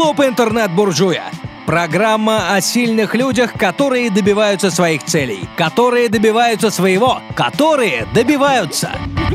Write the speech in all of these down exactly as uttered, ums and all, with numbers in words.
Клуб интернет-буржуя. Программа о сильных людях, которые добиваются своих целей, которые добиваются своего, которые добиваются.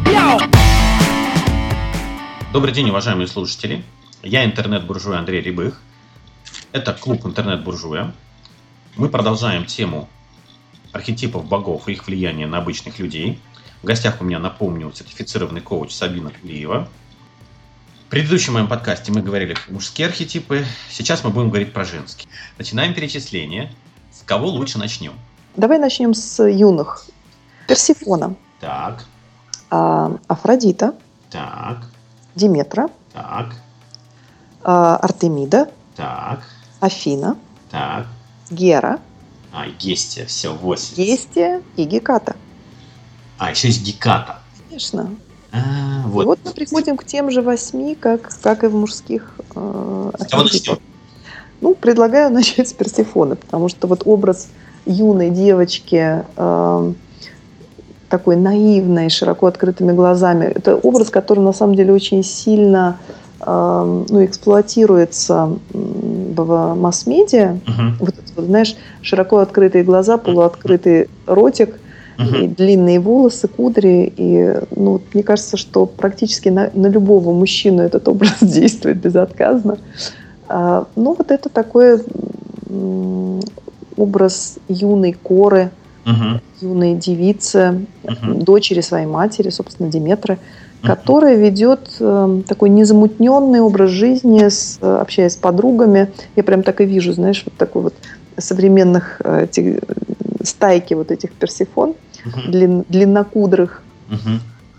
Добрый день, уважаемые слушатели. Я интернет-буржуй Андрей Рябых. Это клуб интернет-буржуя. Мы продолжаем тему архетипов богов и их влияния на обычных людей. В гостях у меня, напомню, сертифицированный коуч Сабина Кулиева. В предыдущем моем подкасте мы говорили про мужские архетипы. Сейчас мы будем говорить про женские. Начинаем перечисление. С кого лучше начнем? Давай начнем с юных. Персефона. Так. А, Афродита. Так. Диметра. Так. А, Артемида. Так. Афина. Так. Гера. А, Гестия. Все, восемь. Гестия и Геката. А, еще есть Геката. Конечно. А, Вот. вот. И вот мы приходим к тем же восьми, как, как и в мужских э, С кого начнем? Ну, предлагаю начать с Персефоны, потому что вот образ юной девочки, э, такой наивной, широко открытыми глазами, это образ, который на самом деле очень сильно э, ну, эксплуатируется в масс-медиа. Uh-huh. Вот, вот, знаешь, широко открытые глаза, полуоткрытый ротик, Uh-huh. и длинные волосы, кудри. И, ну, мне кажется, что практически на, на любого мужчину этот образ действует безотказно. А, ну, вот это такой м, образ юной коры, uh-huh. юной девицы, uh-huh. дочери своей матери, собственно, Диметры, uh-huh. которая ведет э, такой незамутненный образ жизни, с, общаясь с подругами. Я прям так и вижу, знаешь, вот такой вот современных э, этих, стайки вот этих Персефон, uh-huh. длин, длиннокудрых, uh-huh.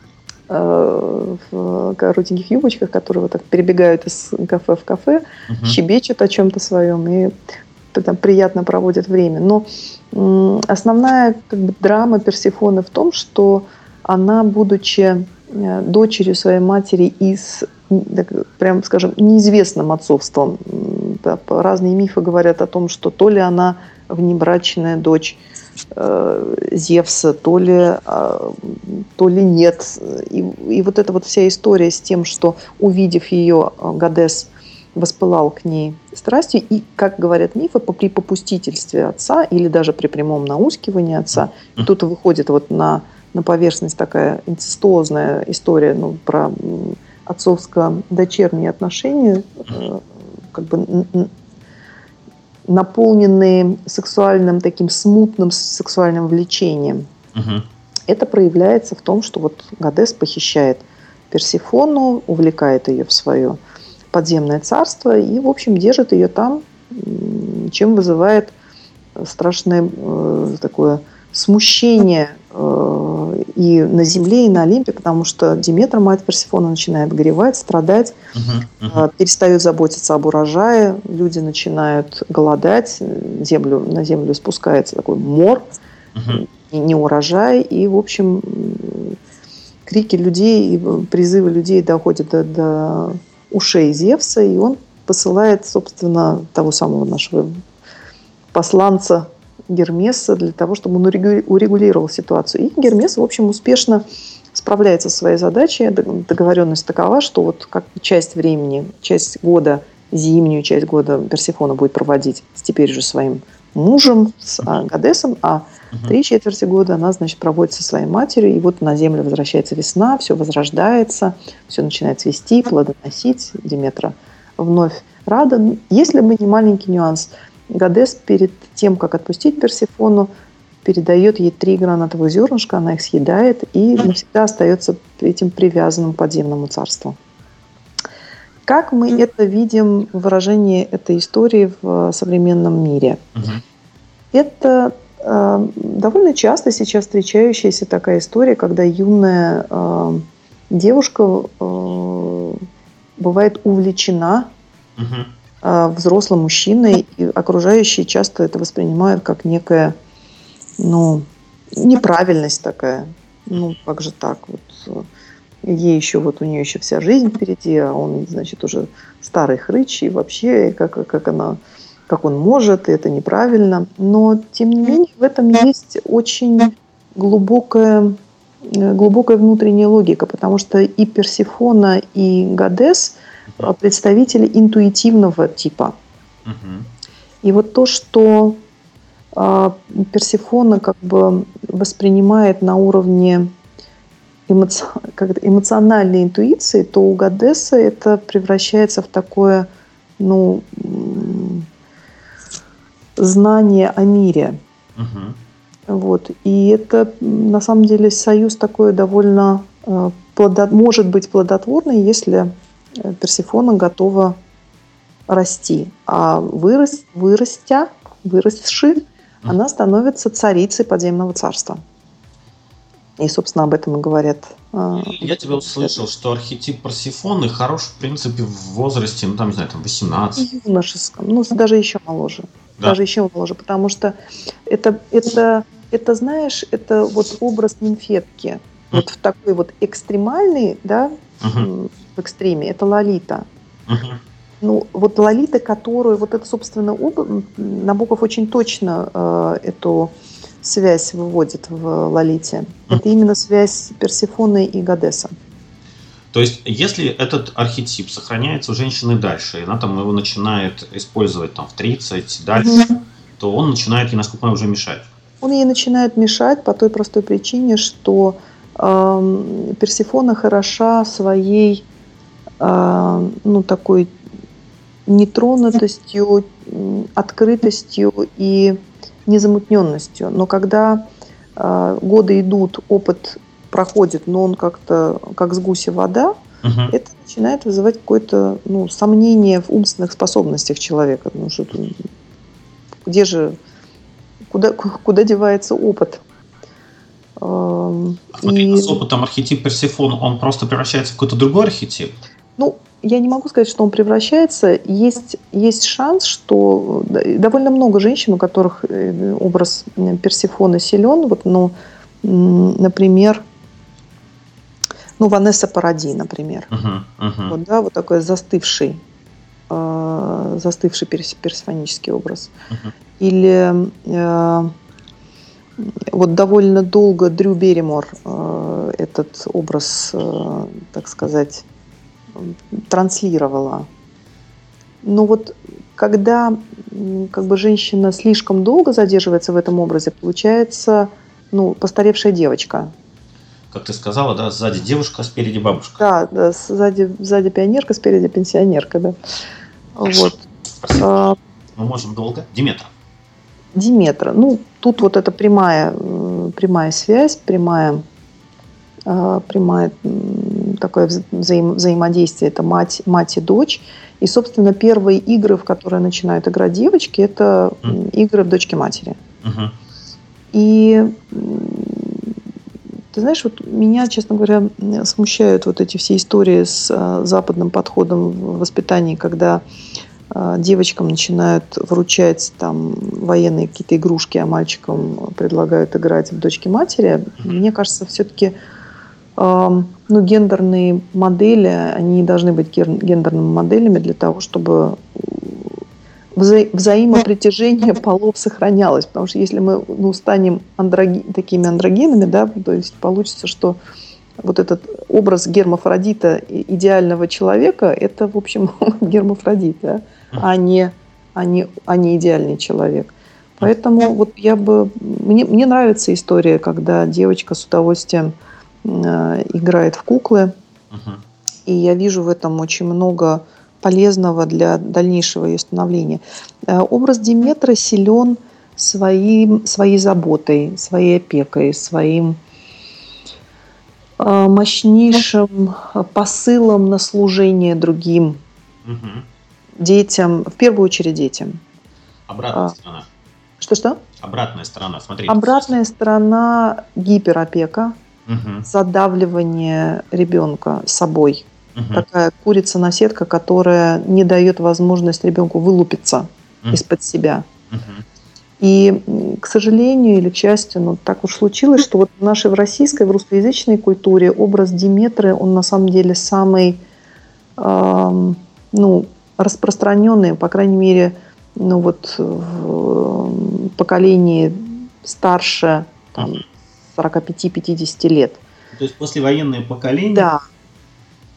э, в коротеньких юбочках, которые вот так перебегают из кафе в кафе, uh-huh. щебечут о чем-то своем и там приятно проводят время. Но м, основная как бы, драма Персефоны в том, что она, будучи э, дочерью своей матери и с, так, прям, скажем, неизвестным отцовством, да, разные мифы говорят о том, что то ли она внебрачная дочь э, Зевса, то ли, э, то ли нет. И, и вот эта вот вся история с тем, что, увидев ее, Гадес воспылал к ней страстью, и, как говорят мифы, при попустительстве отца или даже при прямом наускивании отца, и тут выходит вот на, на поверхность такая инцестуозная история, ну, про отцовско-дочерние отношения, э, как бы наполненные сексуальным, таким смутным сексуальным влечением. Uh-huh. Это проявляется в том, что вот Гадес похищает Персефону, увлекает ее в свое подземное царство и, в общем, держит ее там, чем вызывает страшное э, такое смущение э, и на земле, и на Олимпе, потому что Диметра, мать Персефоны, начинает горевать, страдать, uh-huh, uh-huh. Э, перестает заботиться об урожае, люди начинают голодать, землю, на землю спускается такой мор, uh-huh. и не урожай, и, в общем, крики людей и призывы людей доходят до, до ушей Зевса, и он посылает, собственно, того самого нашего посланца Гермеса для того, чтобы он урегулировал ситуацию. И Гермес, в общем, успешно справляется со своей задачей. Договоренность такова, что вот как часть времени, часть года, зимнюю часть года Персефона будет проводить с теперь же своим мужем, с Гадесом, а три четверти года она, значит, проводит со своей матерью, и вот на землю возвращается весна, все возрождается, все начинает цвести, плодоносить. Диметра вновь рада. Если бы не маленький нюанс, Гадес перед тем, как отпустить Персефону, передает ей три гранатовых зернышка, она их съедает и навсегда остается этим привязанным к подземному царству. Как мы это видим в выражении этой истории в современном мире? Uh-huh. Это э, довольно часто сейчас встречающаяся такая история, когда юная э, девушка э, бывает увлечена uh-huh. взрослым мужчиной, и окружающие часто это воспринимают как некая, ну, неправильность такая. Ну, как же так? Вот, ей еще, вот у нее еще вся жизнь впереди, а он, значит, уже старый хрыч, и вообще, как, как она, как он может, и это неправильно. Но, тем не менее, в этом есть очень глубокая, глубокая внутренняя логика, потому что и Персефона, и Гадес представители интуитивного типа. Uh-huh. И вот то, что э, Персефона как бы воспринимает на уровне эмоци... как эмоциональной интуиции, то у Гадеса это превращается в такое, ну, знание о мире. Uh-huh. Вот. И это на самом деле союз такой довольно э, плодо... может быть плодотворный, если Персефона готова расти. А вырас... вырастя, выросши, uh-huh. она становится царицей подземного царства. И, собственно, об этом и говорят. Я тебя услышал, что архетип Персефоны хорош, в принципе, в возрасте, ну, там, не знаю, там, восемнадцать. Юношеском, ну, даже еще моложе. Да. Даже еще моложе, потому что это, это, это, знаешь, это вот образ нимфетки. Mm. Вот в такой вот экстремальный, да, uh-huh. в экстреме, это Лолита. Uh-huh. Ну, вот Лолита, которую, вот это, собственно, об... Набоков очень точно э, эту связь выводит в Лолите. Mm. Это именно связь Персефоны и Гадеса. То есть, если этот архетип сохраняется у женщины дальше, и она там его начинает использовать там в тридцать, дальше, mm-hmm. то он начинает ей, насколько уже мешать. Он ей начинает мешать по той простой причине, что э, Персефона хороша своей, э, ну, такой нетронутостью, открытостью и незамутненностью. Но когда э, годы идут, опыт проходит, но он как-то, как с гуся вода, uh-huh. это начинает вызывать какое-то, ну, сомнение в умственных способностях человека. Ну, что где же, куда, куда девается опыт? Смотри, и... с опытом архетип Персефон, он просто превращается в какой-то другой архетип? Ну, я не могу сказать, что он превращается. Есть, есть шанс, что довольно много женщин, у которых образ Персефоны силен. Вот, ну, например, ну, Ванесса Паради, например. Uh-huh, uh-huh. Вот, да, вот такой застывший, э, застывший перс, персифонический образ. Uh-huh. Или э, вот довольно долго Дрю Берримор э, этот образ, э, так сказать, транслировала. Но вот когда как бы женщина слишком долго задерживается в этом образе, получается, ну, постаревшая девочка. Как ты сказала, да, сзади девушка, спереди бабушка. Да, да, сзади, сзади пионерка, спереди пенсионерка, да. Вот. А, мы можем долго. Диметра. Диметра. Ну, тут вот эта прямая, прямая связь, прямая, прямая такое взаим, взаимодействие. Это мать, мать и дочь. И, собственно, первые игры, в которые начинают играть девочки, это mm. игры в дочке матери. Uh-huh. И ты знаешь, вот меня, честно говоря, смущают вот эти все истории с а, западным подходом в воспитании, когда а, девочкам начинают вручать там военные какие-то игрушки, а мальчикам предлагают играть в дочки матери. Мне кажется, все-таки а, ну, гендерные модели, они должны быть гендерными моделями для того, чтобы вза- взаимопритяжение полов сохранялось. Потому что если мы, ну, станем андроги- такими андрогенами, да, то есть получится, что вот этот образ гермафродита, идеального человека, это, в общем, гермафродит, да, а, не, а, не, а не идеальный человек. Поэтому вот я бы... Мне, мне нравится история, когда девочка с удовольствием э, играет в куклы, uh-huh. и я вижу в этом очень много полезного для дальнейшего ее становления. Э, образ Диметры силен своим, своей заботой, своей опекой, своим э, мощнейшим посылом на служение другим uh-huh. детям, в первую очередь детям. Обратная а, сторона. Что-что? Обратная сторона, смотри. Обратная сторона – гиперопека, угу. задавливание ребенка собой. Угу. Такая курица-наседка, которая не дает возможность ребенку вылупиться угу. из-под себя. Угу. И, к сожалению или к счастью, ну, так уж случилось, что вот в нашей в российской, в русскоязычной культуре образ Диметры, он на самом деле самый э, ну, распространенный, по крайней мере, ну вот в поколении старше там, сорок пять - пятьдесят лет. То есть послевоенное поколение? Да.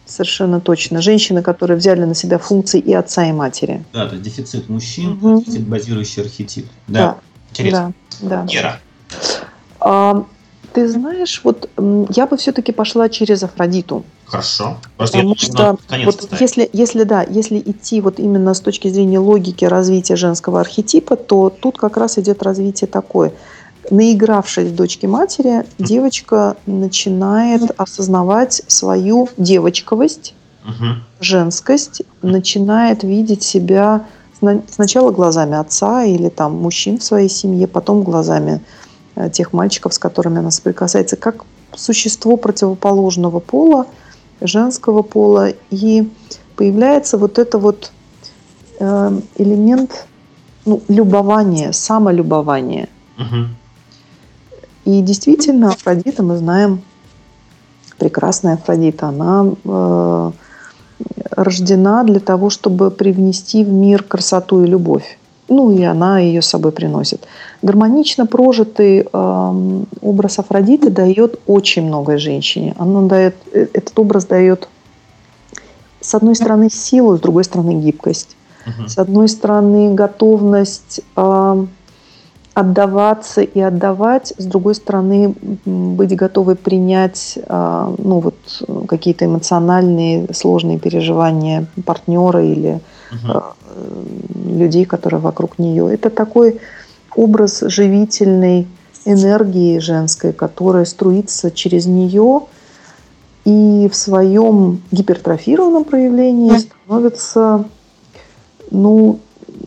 Совершенно точно. Женщины, которые взяли на себя функции и отца, и матери. Да, то есть дефицит мужчин, Угу. дефицит базирующий архетип. Да, Да. интересно. Да, да. Гера. А, ты знаешь, вот я бы все-таки пошла через Афродиту. Хорошо. Просто Потому я что конец вот если, если, да, если идти вот именно с точки зрения логики развития женского архетипа, то тут как раз идет развитие такое. Наигравшись в дочки матери, девочка начинает осознавать свою девочковость, угу. женскость, начинает видеть себя сначала глазами отца или там мужчин в своей семье, потом глазами тех мальчиков, с которыми она соприкасается, как существо противоположного пола, женского пола, и появляется вот это вот э, элемент ну, любования, самолюбования. Угу. И действительно, Афродита, мы знаем, прекрасная Афродита, она э, рождена для того, чтобы привнести в мир красоту и любовь. Ну и она ее с собой приносит. Гармонично прожитый э, образ Афродиты дает очень многое женщине. Она дает, этот образ дает, с одной стороны, силу, с другой стороны, гибкость. Uh-huh. С одной стороны, готовность э, отдаваться и отдавать, с другой стороны, быть готовой принять э, ну, вот, какие-то эмоциональные сложные переживания партнера или uh-huh. э, людей, которые вокруг нее. Это такой образ живительной энергии женской, которая струится через нее и в своем гипертрофированном проявлении становится ну,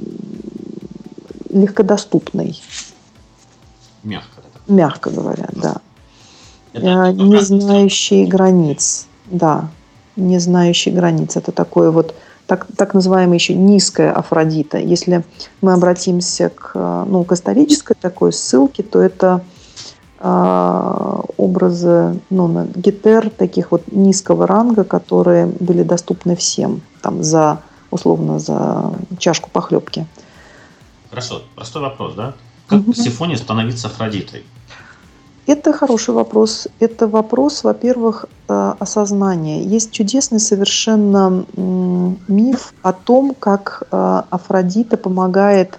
легкодоступной. Мягко. Мягко говоря, да. Это не знающие границ. Да, не знающие границ. Это такое вот так, так называемая еще низкая Афродита. Если мы обратимся к, ну, к исторической такой ссылке, то это э, образы ну, гетер таких вот низкого ранга, которые были доступны всем, там, за, условно, за чашку похлебки. Хорошо, простой вопрос, да? Как угу. Персефоне становиться Афродитой? Это хороший вопрос. Это вопрос, во-первых, осознания. Есть чудесный совершенно миф о том, как Афродита помогает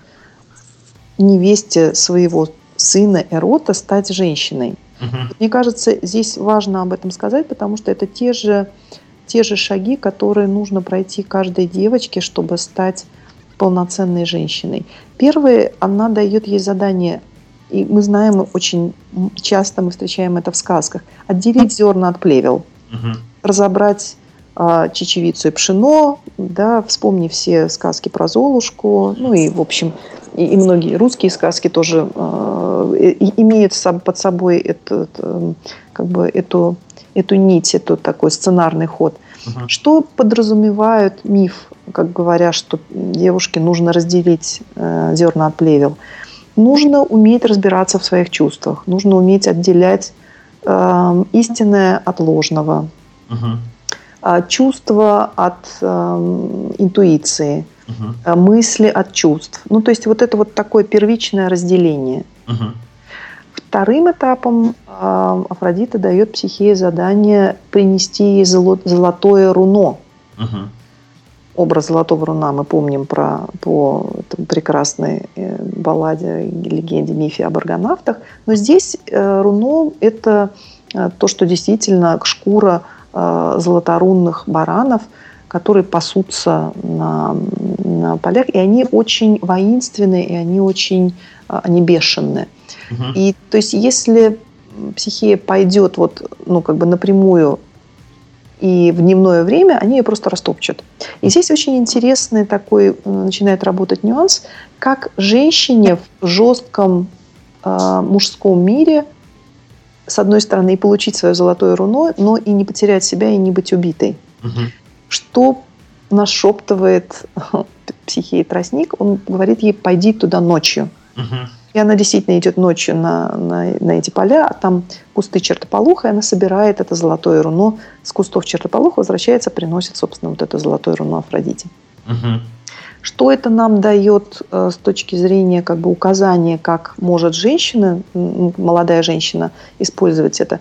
невесте своего сына Эрота стать женщиной. Угу. Мне кажется, здесь важно об этом сказать, потому что это те же, те же шаги, которые нужно пройти каждой девочке, чтобы стать полноценной женщиной. Первое, она дает ей задание. И мы знаем, очень часто мы встречаем это в сказках. Отделить зерна от плевел. Угу. Разобрать э, чечевицу и пшено. Да, вспомни все сказки про Золушку. Ну и, в общем, и, и многие русские сказки тоже э, имеют под собой этот, э, как бы эту, эту нить, эту такой сценарный ход. Угу. Что подразумевает миф, как говоря, что девушке нужно разделить э, зерна от плевел? Нужно уметь разбираться в своих чувствах, нужно уметь отделять э, истинное от ложного, uh-huh. э, чувства от э, интуиции, uh-huh. э, мысли от чувств. Ну, то есть вот это вот такое первичное разделение. Uh-huh. Вторым этапом э, Афродита дает Психее задание принести ей золо- золотое руно. Uh-huh. Образ золотого руна мы помним про, по прекрасной балладе, легенде, мифе об аргонавтах. Но здесь э, руно – это то, что действительно шкура э, золоторунных баранов, которые пасутся на, на полях. И они очень воинственные, и они очень они бешеные. Угу. И то есть если Психея пойдет вот, ну, как бы напрямую и в дневное время, они ее просто растопчут. И здесь очень интересный такой начинает работать нюанс, как женщине в жестком э, мужском мире, с одной стороны, и получить свое золотое руно, но и не потерять себя, и не быть убитой. Угу. Что нашептывает Психея Тростник, он говорит ей: пойди туда ночью. Угу. И она действительно идет ночью на, на, на эти поля, а там кусты чертополоха, и она собирает это золотое руно с кустов чертополоха, возвращается, приносит, собственно, вот это золотое руно Афродите. Угу. Что это нам дает э, с точки зрения как бы, указания, как может женщина, молодая женщина, использовать это?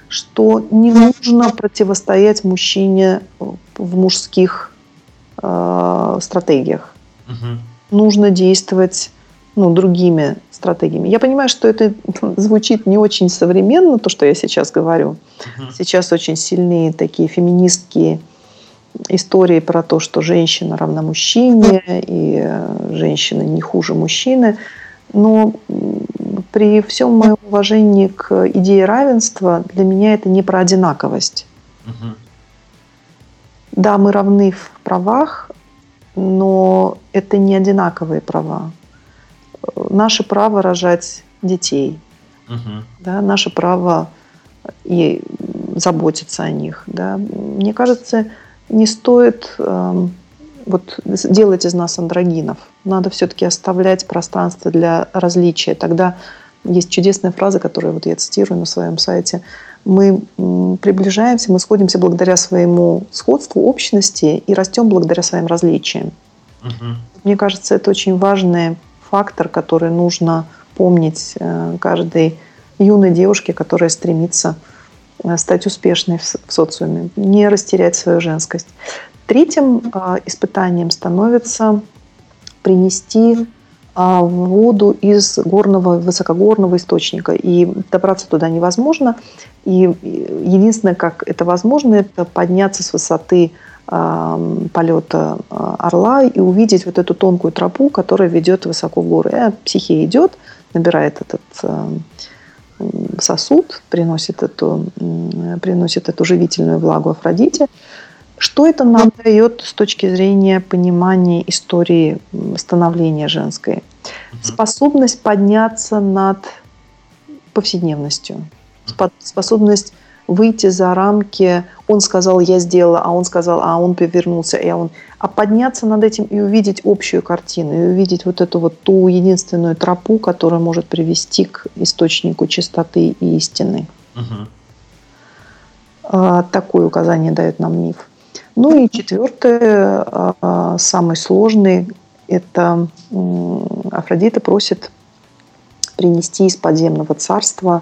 что не нужно противостоять мужчине в мужских э, стратегиях. Угу. Нужно действовать ну, другими стратегиями. Я понимаю, что это звучит не очень современно, то, что я сейчас говорю. Uh-huh. Сейчас очень сильные такие феминистские истории про то, что женщина равна мужчине, и женщина не хуже мужчины. Но при всем моем уважении к идее равенства, для меня это не про одинаковость. Uh-huh. Да, мы равны в правах, но это не одинаковые права. Наше право рожать детей, uh-huh. да, наше право и заботиться о них. Да. Мне кажется, не стоит э, вот, делать из нас андрогинов. Надо все-таки оставлять пространство для различия. Тогда есть чудесная фраза, которую вот я цитирую на своем сайте. Мы приближаемся, мы сходимся благодаря своему сходству, общности и растем благодаря своим различиям. Uh-huh. Мне кажется, это очень важный фактор, который нужно помнить каждой юной девушке, которая стремится стать успешной в социуме, не растерять свою женскость. Третьим испытанием становится принести воду из горного, высокогорного источника. И добраться туда невозможно. И единственное, как это возможно, это подняться с высоты полета орла и увидеть вот эту тонкую тропу, которая ведет высоко в горы. А Психея идет, набирает этот сосуд, приносит эту, приносит эту живительную влагу Афродите. Что это нам дает с точки зрения понимания истории становления женской? Mm-hmm. Способность подняться над повседневностью, способность выйти за рамки «он сказал, я сделала», а он сказал, а он повернулся, и он... а подняться над этим и увидеть общую картину, и увидеть вот эту вот ту единственную тропу, которая может привести к источнику чистоты и истины. Uh-huh. Такое указание дает нам миф. Ну и четвертое, самый сложный, это Афродита просит принести из подземного царства,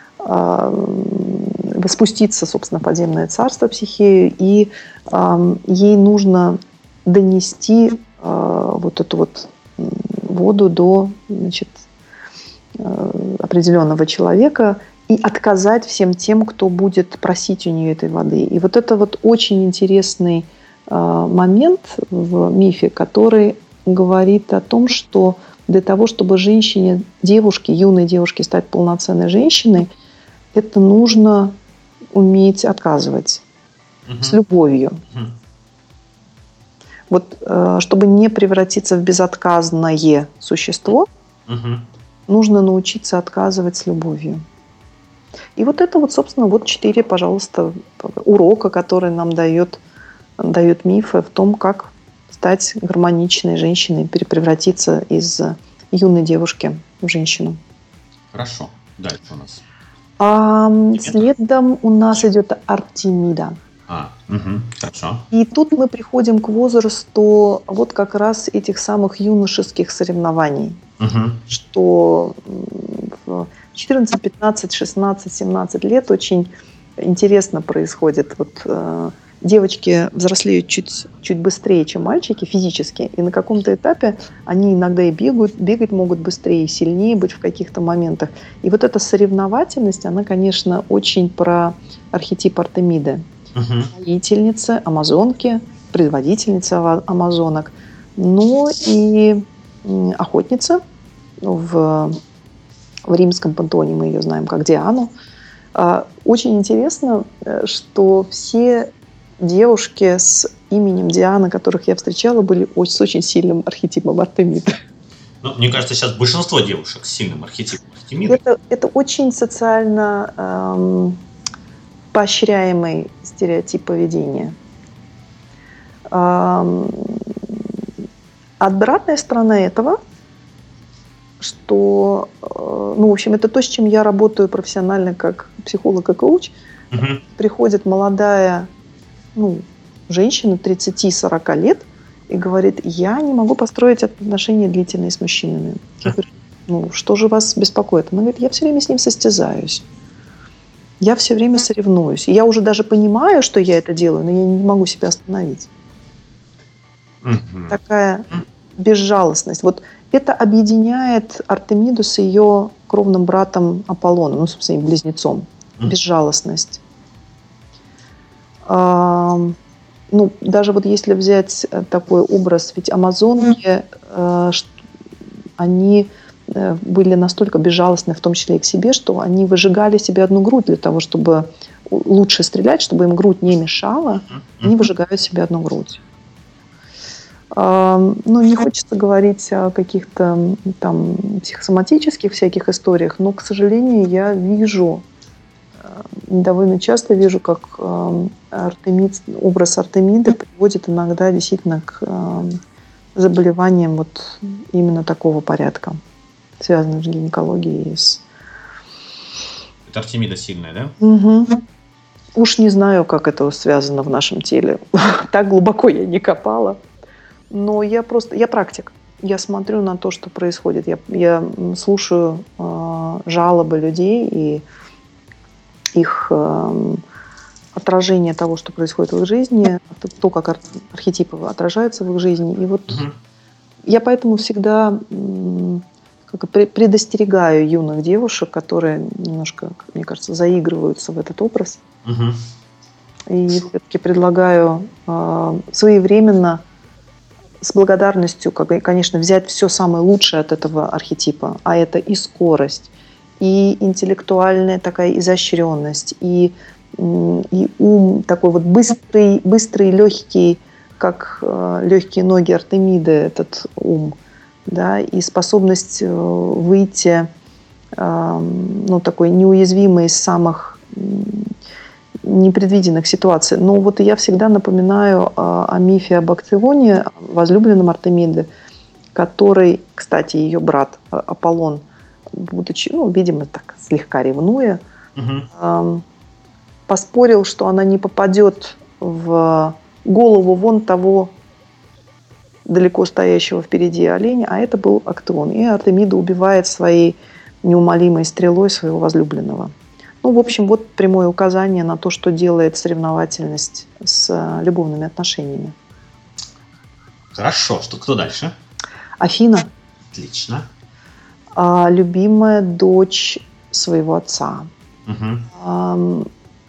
спуститься, собственно, в подземное царство Психею, и э, ей нужно донести э, вот эту вот воду до, значит, э, определенного человека и отказать всем тем, кто будет просить у нее этой воды. И вот это вот очень интересный э, момент в мифе, который говорит о том, что для того, чтобы женщине, девушке, юной девушке стать полноценной женщиной, это нужно уметь отказывать uh-huh. с любовью. Uh-huh. Вот, э, чтобы не превратиться в безотказное существо, uh-huh. нужно научиться отказывать с любовью. И вот это вот, собственно, вот четыре, пожалуйста, урока, которые нам дает, дает мифы в том, как стать гармоничной женщиной, превратиться из юной девушки в женщину. Хорошо. Дальше у нас. А следом у нас идет Артемида. А, угу, хорошо. И тут мы приходим к возрасту вот как раз этих самых юношеских соревнований. Угу. Что в четырнадцать, пятнадцать, шестнадцать, семнадцать лет очень интересно происходит. Вот, э, девочки взрослеют чуть, чуть быстрее, чем мальчики физически. И на каком-то этапе они иногда и бегают, бегать могут быстрее, сильнее быть в каких-то моментах. И вот эта соревновательность, она, конечно, очень про архетип Артемиды. Uh-huh. Воительницы, амазонки, предводительницы амазонок, но и охотница. В, в римском пантеоне мы ее знаем как Диану. Очень интересно, что все девушки с именем Диана, которых я встречала, были с очень сильным архетипом Артемиды. Ну, мне кажется, сейчас большинство девушек с сильным архетипом Артемиды. Это, это очень социально эм, поощряемый стереотип поведения. Эм, обратная сторона этого, что, э, ну, в общем, это то, с чем я работаю профессионально как психолог и коуч. Угу. Приходит молодая, ну, женщина тридцать-сорок лет и говорит: я не могу построить отношения длительные с мужчинами. Я говорю: ну, что же вас беспокоит? Она говорит: я все время с ним состязаюсь. Я все время соревнуюсь. И я уже даже понимаю, что я это делаю, но я не могу себя остановить. Мгм. Такая безжалостность. Вот это объединяет Артемиду с ее кровным братом Аполлоном, ну, собственно, и близнецом. Мгм. Безжалостность. А, ну, даже вот если взять э, такой образ, ведь амазонки, э, ш- они э, были настолько безжалостны, в том числе и к себе, что они выжигали себе одну грудь для того, чтобы у- лучше стрелять, чтобы им грудь не мешала, они выжигают себе одну грудь. А, Ну, не хочется говорить о каких-то м, там психосоматических всяких историях, но, к сожалению, я вижу, э, довольно часто вижу, как э, Артемид, образ Артемиды приводит иногда действительно к э, заболеваниям вот именно такого порядка, связанным с гинекологией. и С... Это Артемида сильная, да? Мгм. Уж не знаю, как это связано в нашем теле. Так глубоко я не копала. Но я просто, я практик. Я смотрю на то, что происходит. Я, я м, слушаю э, жалобы людей и их э, отражение того, что происходит в их жизни, то, как ар- архетипы отражаются в их жизни. И вот Мгм. я поэтому всегда м, как бы пре- предостерегаю юных девушек, которые немножко, как мне кажется, заигрываются в этот образ. Мгм. И все-таки предлагаю э, своевременно с благодарностью, как, и, конечно, взять все самое лучшее от этого архетипа, а это и скорость, и интеллектуальная такая изощренность, и, м, и ум такой вот быстрый, быстрый, легкий, как э, легкие ноги Артемиды, этот ум, да, и способность э, выйти, э, ну, такой неуязвимой из самых м, непредвиденных ситуаций. Но вот я всегда напоминаю о, о мифе об Акционе, возлюбленном Артемиды, который, кстати, ее брат А- Аполлон, будучи, ну, видимо, так слегка ревнуя, Мгм. эм, поспорил, что она не попадет в голову вон того далеко стоящего впереди оленя, а это был Актеон. И Артемида убивает своей неумолимой стрелой своего возлюбленного. Ну, в общем, вот прямое указание на то, что делает соревновательность с э, любовными отношениями. Хорошо. Что, кто дальше? Афина, Отлично. а, любимая дочь своего отца, Мгм. ам,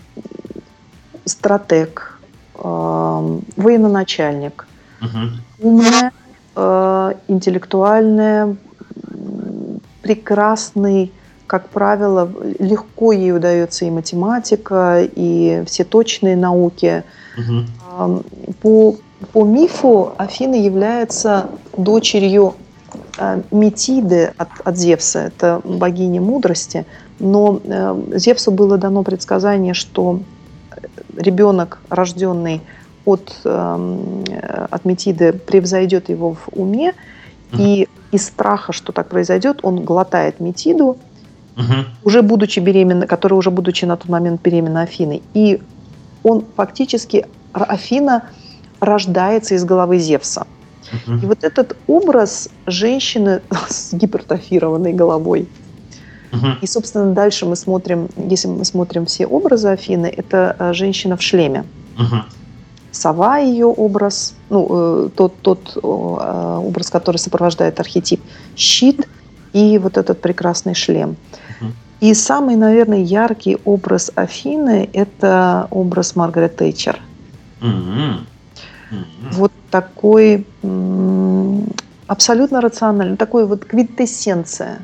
стратег, ам, военачальник, Мгм. умная, э, интеллектуальная, м, прекрасный, как правило, легко ей удается и математика, и все точные науки. Мгм. Ам, По, по мифу Афина является дочерью э, Метиды от, от Зевса, это богиня мудрости, но э, Зевсу было дано предсказание, что ребенок, рожденный от, эм, э, от Метиды, превзойдет его в уме, Мгм. и из страха, что так произойдет, он глотает Метиду, Мгм. уже будучи беременной, которая уже будучи на тот момент беременна Афиной. И он фактически, Р- Афина рождается из головы Зевса. И Мгм. вот этот образ женщины с гипертрофированной головой. Мгм. И, собственно, дальше мы смотрим, если мы смотрим все образы Афины, это э, женщина в шлеме. Мгм. Сова ее образ, ну, э, тот, тот э, образ, который сопровождает архетип, щит и вот этот прекрасный шлем. Мгм. И самый, наверное, яркий образ Афины – это образ Маргарет Тэтчер. Мгм. Мгм. Вот такой м, абсолютно рациональный, такой вот квинтэссенция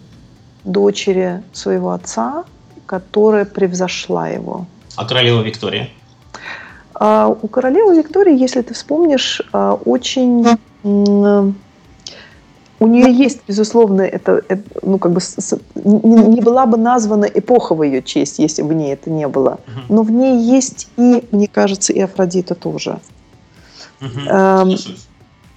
дочери своего отца, которая превзошла его. А королева Виктория? А у королевы Виктории, если ты вспомнишь, а, очень м, у нее есть, безусловно, это, это, ну, как бы с- с- не, не была бы названа эпоха в ее честь, если бы в ней это не было. Мгм. Но в ней есть и, мне кажется, и Афродита тоже. Мгм. Эм, Слушаюсь.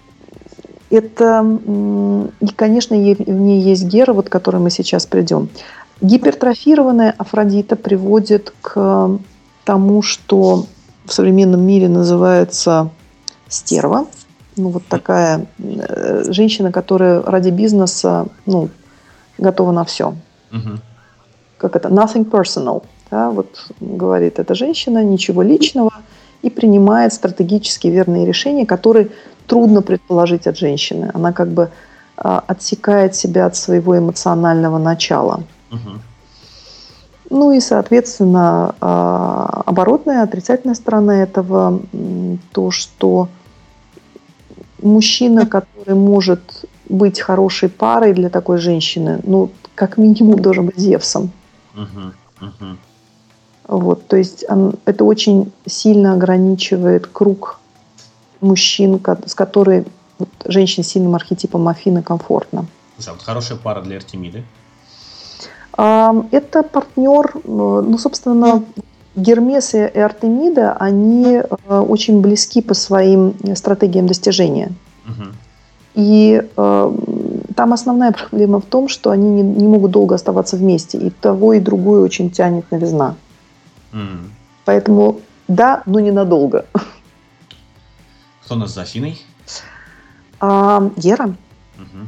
Это, м, и, конечно, е- в ней есть Гера, вот к которой мы сейчас придем. Гипертрофированная Афродита приводит к тому, что в современном мире называется стерва. Ну, вот такая э, женщина, которая ради бизнеса, ну, готова на все. Мгм. Как это? Nothing personal. Да, вот говорит эта женщина, ничего личного, и принимает стратегически верные решения, которые трудно предположить от женщины. Она как бы а, отсекает себя от своего эмоционального начала. Угу. Ну и, соответственно, а, оборотная, отрицательная сторона этого, то, что мужчина, который может быть хорошей парой для такой женщины, ну, как минимум должен быть Зевсом. Угу. Угу. Вот, то есть он, это очень сильно ограничивает круг мужчин, с которыми вот, женщине с сильным архетипом Афины комфортно. Слушай, а вот хорошая пара для Артемиды? А, это партнер, ну, собственно, Гермес и Артемида, они очень близки по своим стратегиям достижения. Угу. И э, там основная проблема в том, что они не, не могут долго оставаться вместе. И того, и другое очень тянет новизна. Mm. Поэтому да, но ненадолго. Кто у нас за Афиной? А, Гера. Uh-huh.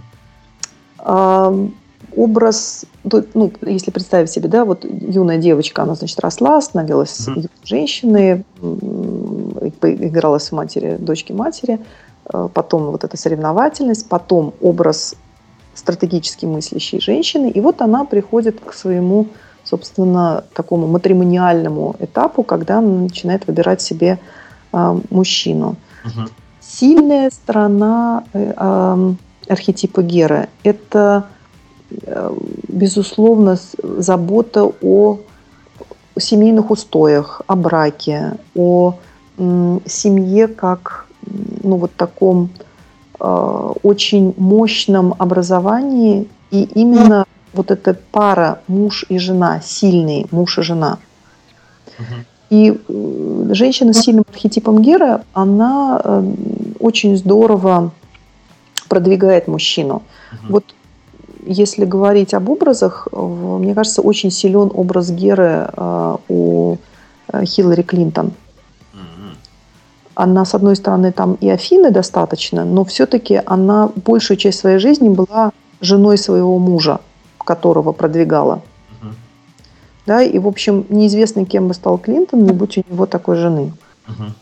А, образ, ну, если представить себе, да, вот юная девочка, она, значит, росла, становилась uh-huh. женщиной, игралась в матери, дочки матери, потом вот эта соревновательность, потом образ стратегически мыслящей женщины, и вот она приходит к своему, собственно, такому матримониальному этапу, когда она начинает выбирать себе э, мужчину. Uh-huh. Сильная сторона э, э, архетипа Геры – это, э, безусловно, забота о семейных устоях, о браке, о э, семье как, ну, вот таком э, очень мощном образовании, и именно вот эта пара муж и жена, сильные муж и жена. Uh-huh. И женщина с сильным архетипом Геры, она очень здорово продвигает мужчину. Uh-huh. Вот если говорить об образах, мне кажется, очень силен образ Геры у Хиллари Клинтон. Uh-huh. Она, с одной стороны, там и Афины достаточно, но все-таки она большую часть своей жизни была женой своего мужа, которого продвигала. Uh-huh. Да, и, в общем, неизвестно, кем бы стал Клинтон, не будь у него такой жены. Uh-huh.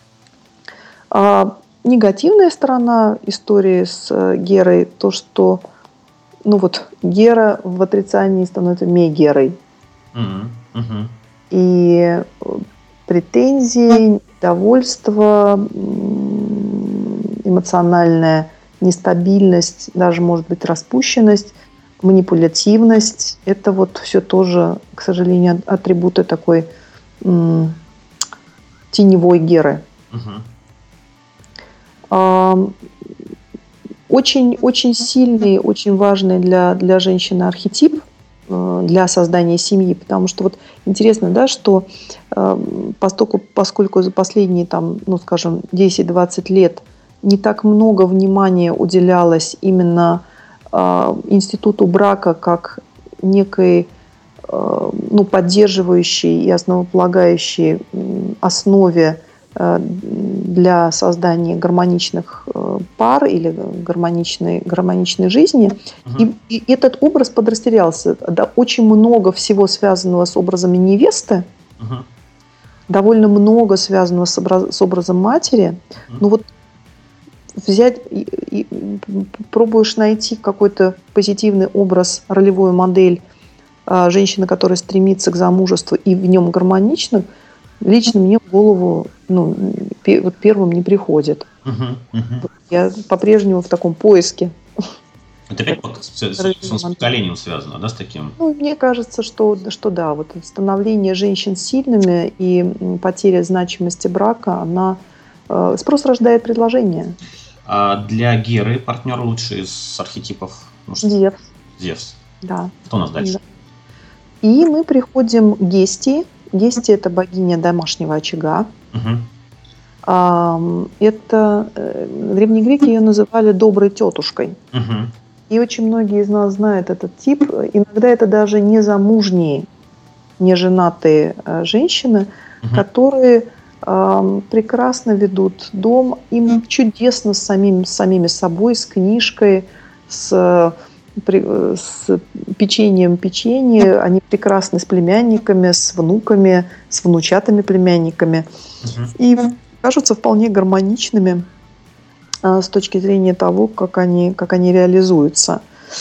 А негативная сторона истории с Герой, то, что, ну вот, Гера в отрицании становится Мегерой. Uh-huh. Uh-huh. И претензии, недовольство, эмоциональная нестабильность, даже, может быть, распущенность, манипулятивность – это вот все тоже, к сожалению, атрибуты такой м, теневой Геры. Uh-huh. А, очень, очень сильный, очень важный для, для женщины архетип э, для создания семьи, потому что вот интересно, да, что э, поскольку, поскольку за последние, там, ну, скажем, десять-двадцать лет не так много внимания уделялось именно институту брака как некой, ну, поддерживающей и основополагающей основе для создания гармоничных пар или гармоничной, гармоничной жизни. Uh-huh. И, и этот образ подрастерялся. Да, очень много всего связанного с образами невесты, uh-huh. довольно много связанного с, образ, с образом матери. Uh-huh. Ну вот взять и, и пробуешь найти какой-то позитивный образ, ролевую модель а, женщины, которая стремится к замужеству и в нем гармонично, лично мне в голову, ну, пе- вот первым не приходит. Uh-huh, uh-huh. Я по-прежнему в таком поиске. Это опять с, с, с поколением связано, да, с таким? Ну, мне кажется, что, что да, вот становление женщин сильными и потеря значимости брака, она э, спрос рождает предложение. А для Геры партнер лучший из архетипов? Зевс. Зевс. Да. Кто у нас дальше? Да. И мы приходим к Гестии. Гестия – это богиня домашнего очага. Угу. Это древние греки ее называли доброй тетушкой. Угу. И очень многие из нас знают этот тип. Иногда это даже незамужние, неженатые женщины, угу. которые прекрасно ведут дом, им чудесно с, самим, с самими собой, с книжкой, с с печеньем печенье, они прекрасны с племянниками, с внуками, с внучатыми племянниками. Uh-huh. И кажутся вполне гармоничными с точки зрения того, как они, как они реализуются.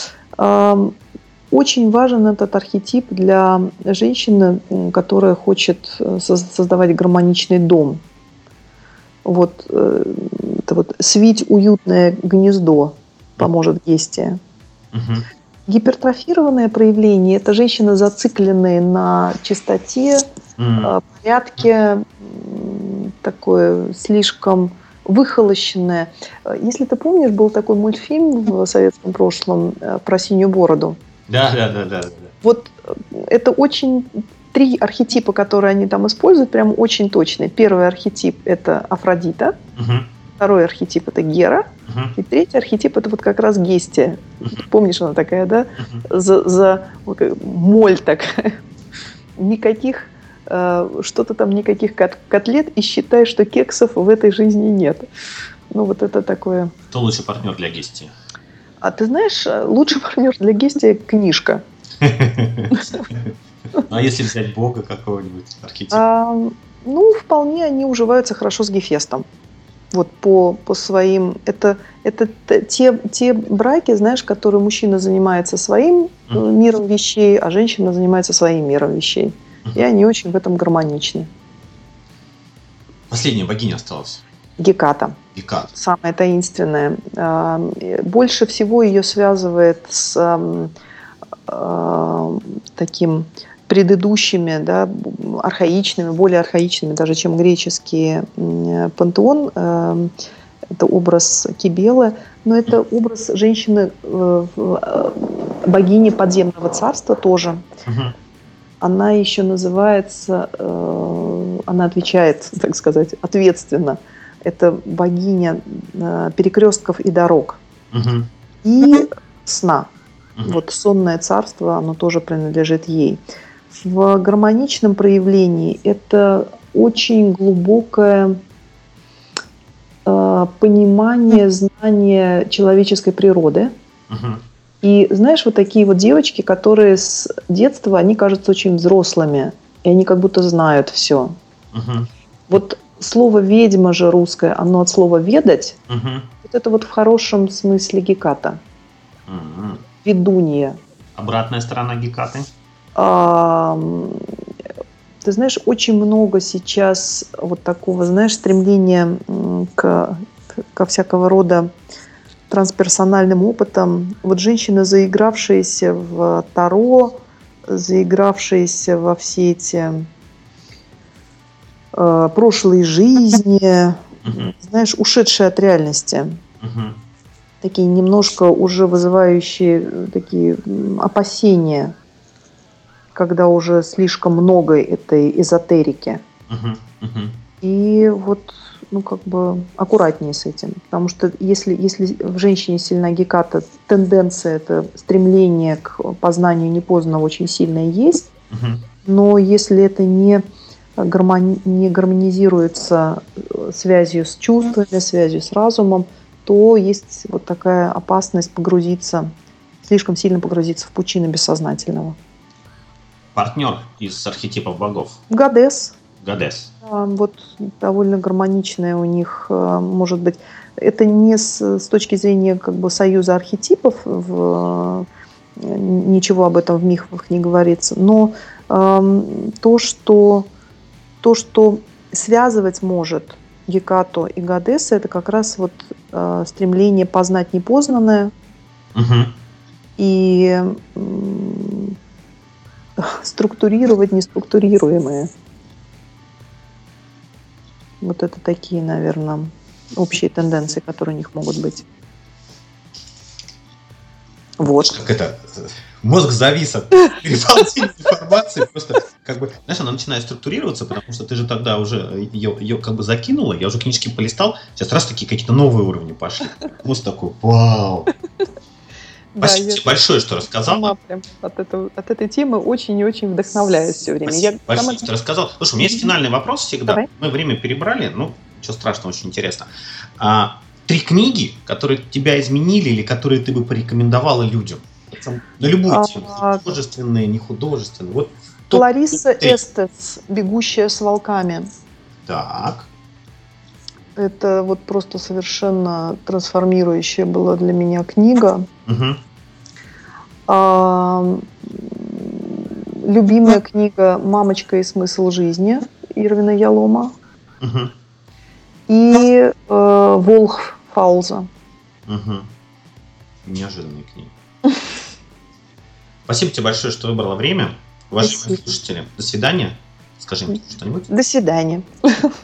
Очень важен этот архетип для женщины, которая хочет создавать гармоничный дом. Вот, это вот свить уютное гнездо поможет Гестия. Uh-huh. Гипертрофированное проявление – это женщины, зацикленные на чистоте, uh-huh. порядке, такое слишком выхолощенное. Если ты помнишь, был такой мультфильм в советском прошлом про синюю бороду. Да, да, да, да. Вот это очень... Три архетипа, которые они там используют, прям очень точные. Первый архетип – это Афродита. Uh-huh. Второй архетип – это Гера. Uh-huh. И третий архетип – это вот как раз Гестия. Uh-huh. Помнишь, она такая, да? Uh-huh. За, за моль такая. Никаких, э, что-то там, никаких кот- котлет, и считай, что кексов в этой жизни нет. Ну, вот это такое... Кто лучший партнер для Гестии? А ты знаешь, лучший партнер для Гестии – книжка. А если взять Бога какого-нибудь архетипа? А, ну, вполне они уживаются хорошо с Гефестом. Вот по, по своим... Это, это те, те браки, знаешь, которые мужчина занимается своим mm. миром вещей, а женщина занимается своим миром вещей. Mm-hmm. И они очень в этом гармоничны. Последняя богиня осталась. Геката. Геката. Самая таинственная. Больше всего ее связывает с таким... предыдущими, да, архаичными, более архаичными, даже чем греческий пантеон. Это образ Кибелы, но это образ женщины, богини подземного царства тоже. Uh-huh. Она еще называется, она отвечает, так сказать, ответственно. Это богиня перекрестков и дорог. Uh-huh. И сна. Uh-huh. Вот сонное царство, оно тоже принадлежит ей. В гармоничном проявлении это очень глубокое э, понимание, знание человеческой природы. Uh-huh. И знаешь, вот такие вот девочки, которые с детства, они кажутся очень взрослыми, и они как будто знают все. Uh-huh. Вот слово «ведьма» же русское, оно от слова «ведать». Uh-huh. Вот это вот в хорошем смысле Геката. Uh-huh. Ведунья. Обратная сторона Гекаты? А, ты знаешь, очень много сейчас вот такого, знаешь, стремления к, ко всякого рода трансперсональным опытам. Вот женщины, заигравшиеся в Таро, заигравшиеся во все эти э, прошлые жизни, uh-huh. знаешь, ушедшие от реальности. Uh-huh. Такие немножко уже вызывающие такие опасения, когда уже слишком много этой эзотерики. Uh-huh, uh-huh. И вот, ну, как бы аккуратнее с этим. Потому что если, если в женщине сильна Геката, тенденция, это стремление к познанию непознанного очень сильное есть. Uh-huh. Но если это не, гармони, не гармонизируется связью с чувствами, связью с разумом, то есть вот такая опасность погрузиться, слишком сильно погрузиться в пучины бессознательного. Партнер из архетипов богов? Гадес. Гадес. Вот довольно гармоничная у них, может быть. Это не с, с точки зрения как бы союза архетипов, в, ничего об этом в мифах не говорится, но э, то, что, то, что связывать может Гекату и Гадеса, это как раз вот э, стремление познать непознанное. Угу. И э, структурировать неструктурируемое. Вот это такие, наверное, общие тенденции, которые у них могут быть. Вот. Как это? Мозг завис от переполнения информации. Просто, как бы, знаешь, она начинает структурироваться, потому что ты же тогда уже ее, ее как бы закинула, я уже книжки полистал, сейчас раз такие какие-то новые уровни пошли. Мозг такой, вау. Да, спасибо тебе большое, что рассказал. Сама прям от, этого, от этой темы очень и очень вдохновляюсь все время. Спасибо, я спасибо сама... что рассказал. Слушай, у меня есть финальный вопрос всегда. Давай. Мы время перебрали, ну, ничего страшного, очень интересно. А, три книги, которые тебя изменили или которые ты бы порекомендовала людям. На любую А, тему. Художественные, не художественные. Вот Кларисса топ три. Эстес «Бегущая с волками». Так. Это вот просто совершенно трансформирующая была для меня книга. Угу. А, любимая книга «Мамочка и смысл жизни» Ирвина Ялома. Угу. И э, «Волх» Фауза. Угу. Неожиданные книги. Спасибо тебе большое, что выбрала время. Уважаемые Спасибо. слушатели, до свидания. Скажи мне что-нибудь. До свидания.